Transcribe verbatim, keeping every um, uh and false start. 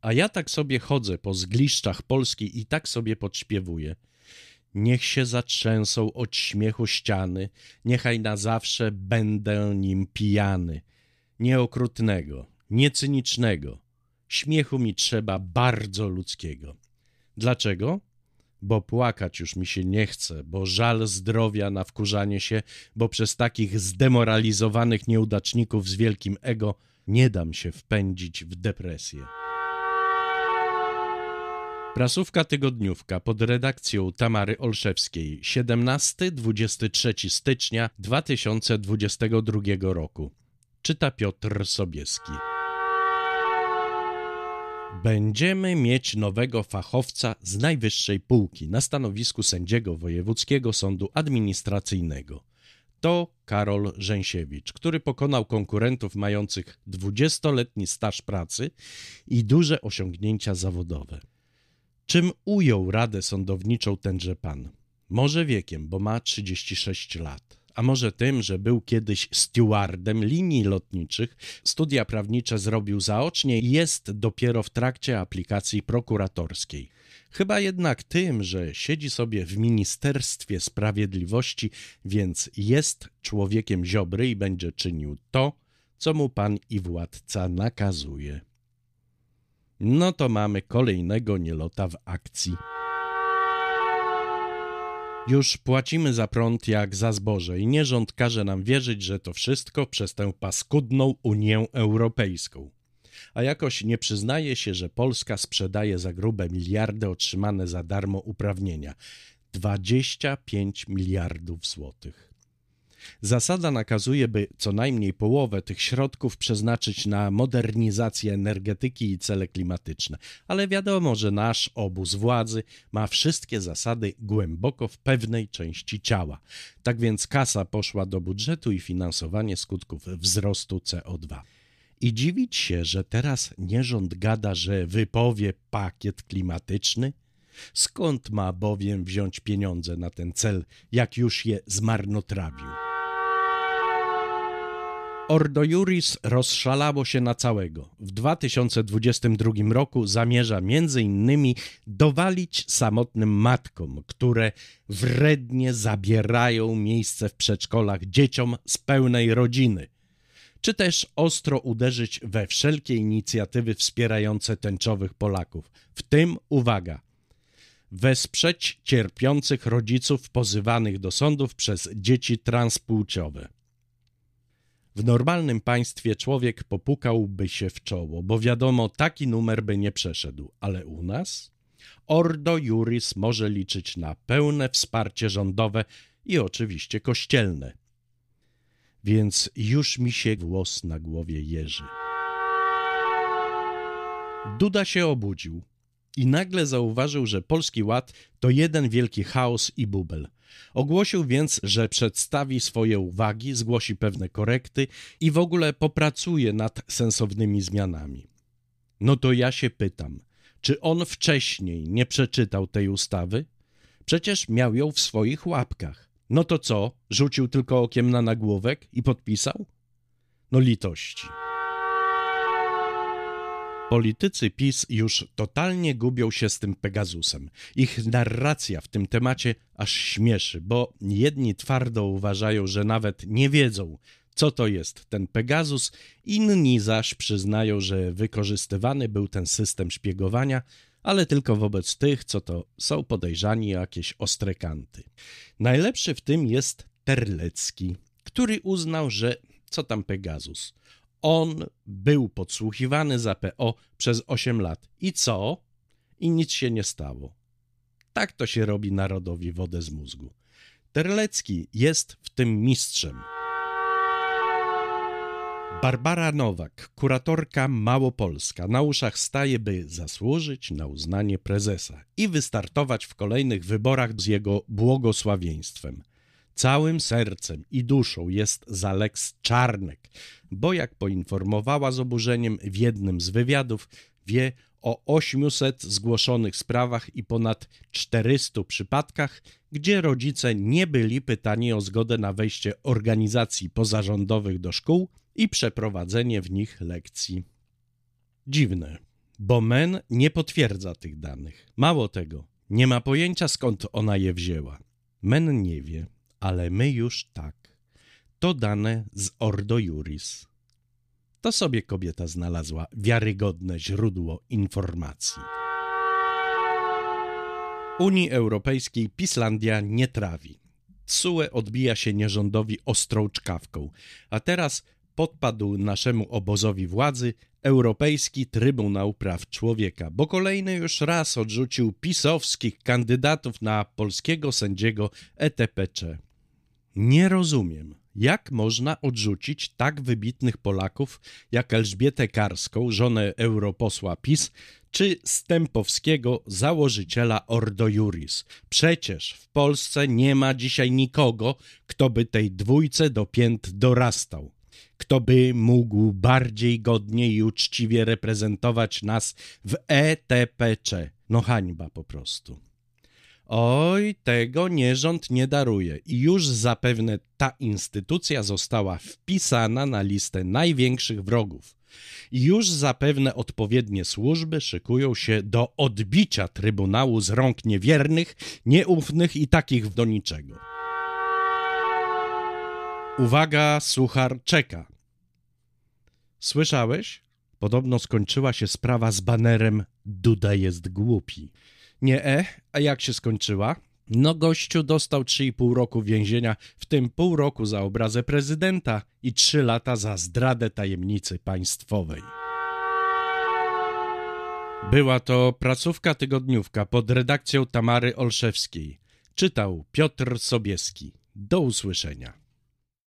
A ja tak sobie chodzę po zgliszczach Polski i tak sobie podśpiewuję. Niech się zatrzęsą od śmiechu ściany, niechaj na zawsze będę nim pijany. Nie okrutnego, nie cynicznego, śmiechu mi trzeba bardzo ludzkiego. Dlaczego? Bo płakać już mi się nie chce, bo żal zdrowia na wkurzanie się, bo przez takich zdemoralizowanych nieudaczników z wielkim ego nie dam się wpędzić w depresję. Prasówka tygodniówka pod redakcją Tamary Olszewskiej, siedemnastego do dwudziestego trzeciego stycznia dwa tysiące dwudziestego drugiego roku. Czyta Piotr Sobieski. Będziemy mieć nowego fachowca z najwyższej półki na stanowisku sędziego Wojewódzkiego Sądu Administracyjnego. To Karol Rzęsiewicz, który pokonał konkurentów mających dwudziestoletni staż pracy i duże osiągnięcia zawodowe. Czym ujął radę sądowniczą tenże pan? Może wiekiem, bo ma trzydzieści sześć lat. A może tym, że był kiedyś stewardem linii lotniczych, studia prawnicze zrobił zaocznie i jest dopiero w trakcie aplikacji prokuratorskiej. Chyba jednak tym, że siedzi sobie w Ministerstwie Sprawiedliwości, więc jest człowiekiem Ziobry i będzie czynił to, co mu pan i władca nakazuje. No to mamy kolejnego nielota w akcji. Już płacimy za prąd jak za zboże i nie rząd każe nam wierzyć, że to wszystko przez tę paskudną Unię Europejską. A jakoś nie przyznaje się, że Polska sprzedaje za grube miliardy otrzymane za darmo uprawnienia. dwadzieścia pięć miliardów złotych. Zasada nakazuje, by co najmniej połowę tych środków przeznaczyć na modernizację energetyki i cele klimatyczne. Ale wiadomo, że nasz obóz władzy ma wszystkie zasady głęboko w pewnej części ciała. Tak więc kasa poszła do budżetu i finansowanie skutków wzrostu C O dwa. I dziwić się, że teraz nierząd gada, że wypowie pakiet klimatyczny? Skąd ma bowiem wziąć pieniądze na ten cel, jak już je zmarnotrawił? Ordo Iuris rozszalało się na całego. W dwa tysiące dwudziestym drugim roku zamierza między innymi dowalić samotnym matkom, które wrednie zabierają miejsce w przedszkolach dzieciom z pełnej rodziny, czy też ostro uderzyć we wszelkie inicjatywy wspierające tęczowych Polaków. W tym, uwaga, wesprzeć cierpiących rodziców pozywanych do sądów przez dzieci transpłciowe. W normalnym państwie człowiek popukałby się w czoło, bo wiadomo, taki numer by nie przeszedł. Ale u nas Ordo Iuris może liczyć na pełne wsparcie rządowe i oczywiście kościelne. Więc już mi się włos na głowie jeży. Duda się obudził i nagle zauważył, że Polski Ład to jeden wielki chaos i bubel. Ogłosił więc, że przedstawi swoje uwagi, zgłosi pewne korekty i w ogóle popracuje nad sensownymi zmianami. No to ja się pytam, czy on wcześniej nie przeczytał tej ustawy? Przecież miał ją w swoich łapkach. No to co, rzucił tylko okiem na nagłówek i podpisał? No litości. Politycy PiS już totalnie gubią się z tym Pegasusem. Ich narracja w tym temacie aż śmieszy, bo jedni twardo uważają, że nawet nie wiedzą, co to jest ten Pegasus, inni zaś przyznają, że wykorzystywany był ten system szpiegowania, ale tylko wobec tych, co to są podejrzani o jakieś ostre kanty. Najlepszy w tym jest Terlecki, który uznał, że co tam Pegasus? On był podsłuchiwany za P O przez osiem lat. I co? I nic się nie stało. Tak to się robi narodowi wodę z mózgu. Terlecki jest w tym mistrzem. Barbara Nowak, kuratorka małopolska, na uszach staje, by zasłużyć na uznanie prezesa i wystartować w kolejnych wyborach z jego błogosławieństwem. Całym sercem i duszą jest za Lex Czarnek, bo jak poinformowała z oburzeniem w jednym z wywiadów, wie o ośmiuset zgłoszonych sprawach i ponad czterystu przypadkach, gdzie rodzice nie byli pytani o zgodę na wejście organizacji pozarządowych do szkół i przeprowadzenie w nich lekcji. Dziwne, bo M E N nie potwierdza tych danych. Mało tego, nie ma pojęcia, skąd ona je wzięła. M E N nie wie, ale my już tak. To dane z Ordo Iuris. To sobie kobieta znalazła wiarygodne źródło informacji. Unii Europejskiej Pislandia nie trawi. T S U E odbija się nierządowi ostrą czkawką, a teraz podpadł naszemu obozowi władzy Europejski Trybunał Praw Człowieka, bo kolejny już raz odrzucił pisowskich kandydatów na polskiego sędziego E T P C. Nie rozumiem, jak można odrzucić tak wybitnych Polaków jak Elżbietę Karską, żonę europosła PiS, czy Stępowskiego, założyciela Ordo Iuris. Przecież w Polsce nie ma dzisiaj nikogo, kto by tej dwójce do pięt dorastał. Kto by mógł bardziej godnie i uczciwie reprezentować nas w E T P C. No hańba po prostu. Oj, tego nierząd nie daruje i już zapewne ta instytucja została wpisana na listę największych wrogów. I już zapewne odpowiednie służby szykują się do odbicia Trybunału z rąk niewiernych, nieufnych i takich do niczego. Uwaga, suchar czeka. Słyszałeś? Podobno skończyła się sprawa z banerem Duda jest głupi. Nie, e, a jak się skończyła? No gościu dostał trzy i pół roku więzienia, w tym pół roku za obrazę prezydenta i trzy lata za zdradę tajemnicy państwowej. Była to pracówka tygodniówka pod redakcją Tamary Olszewskiej. Czytał Piotr Sobieski. Do usłyszenia.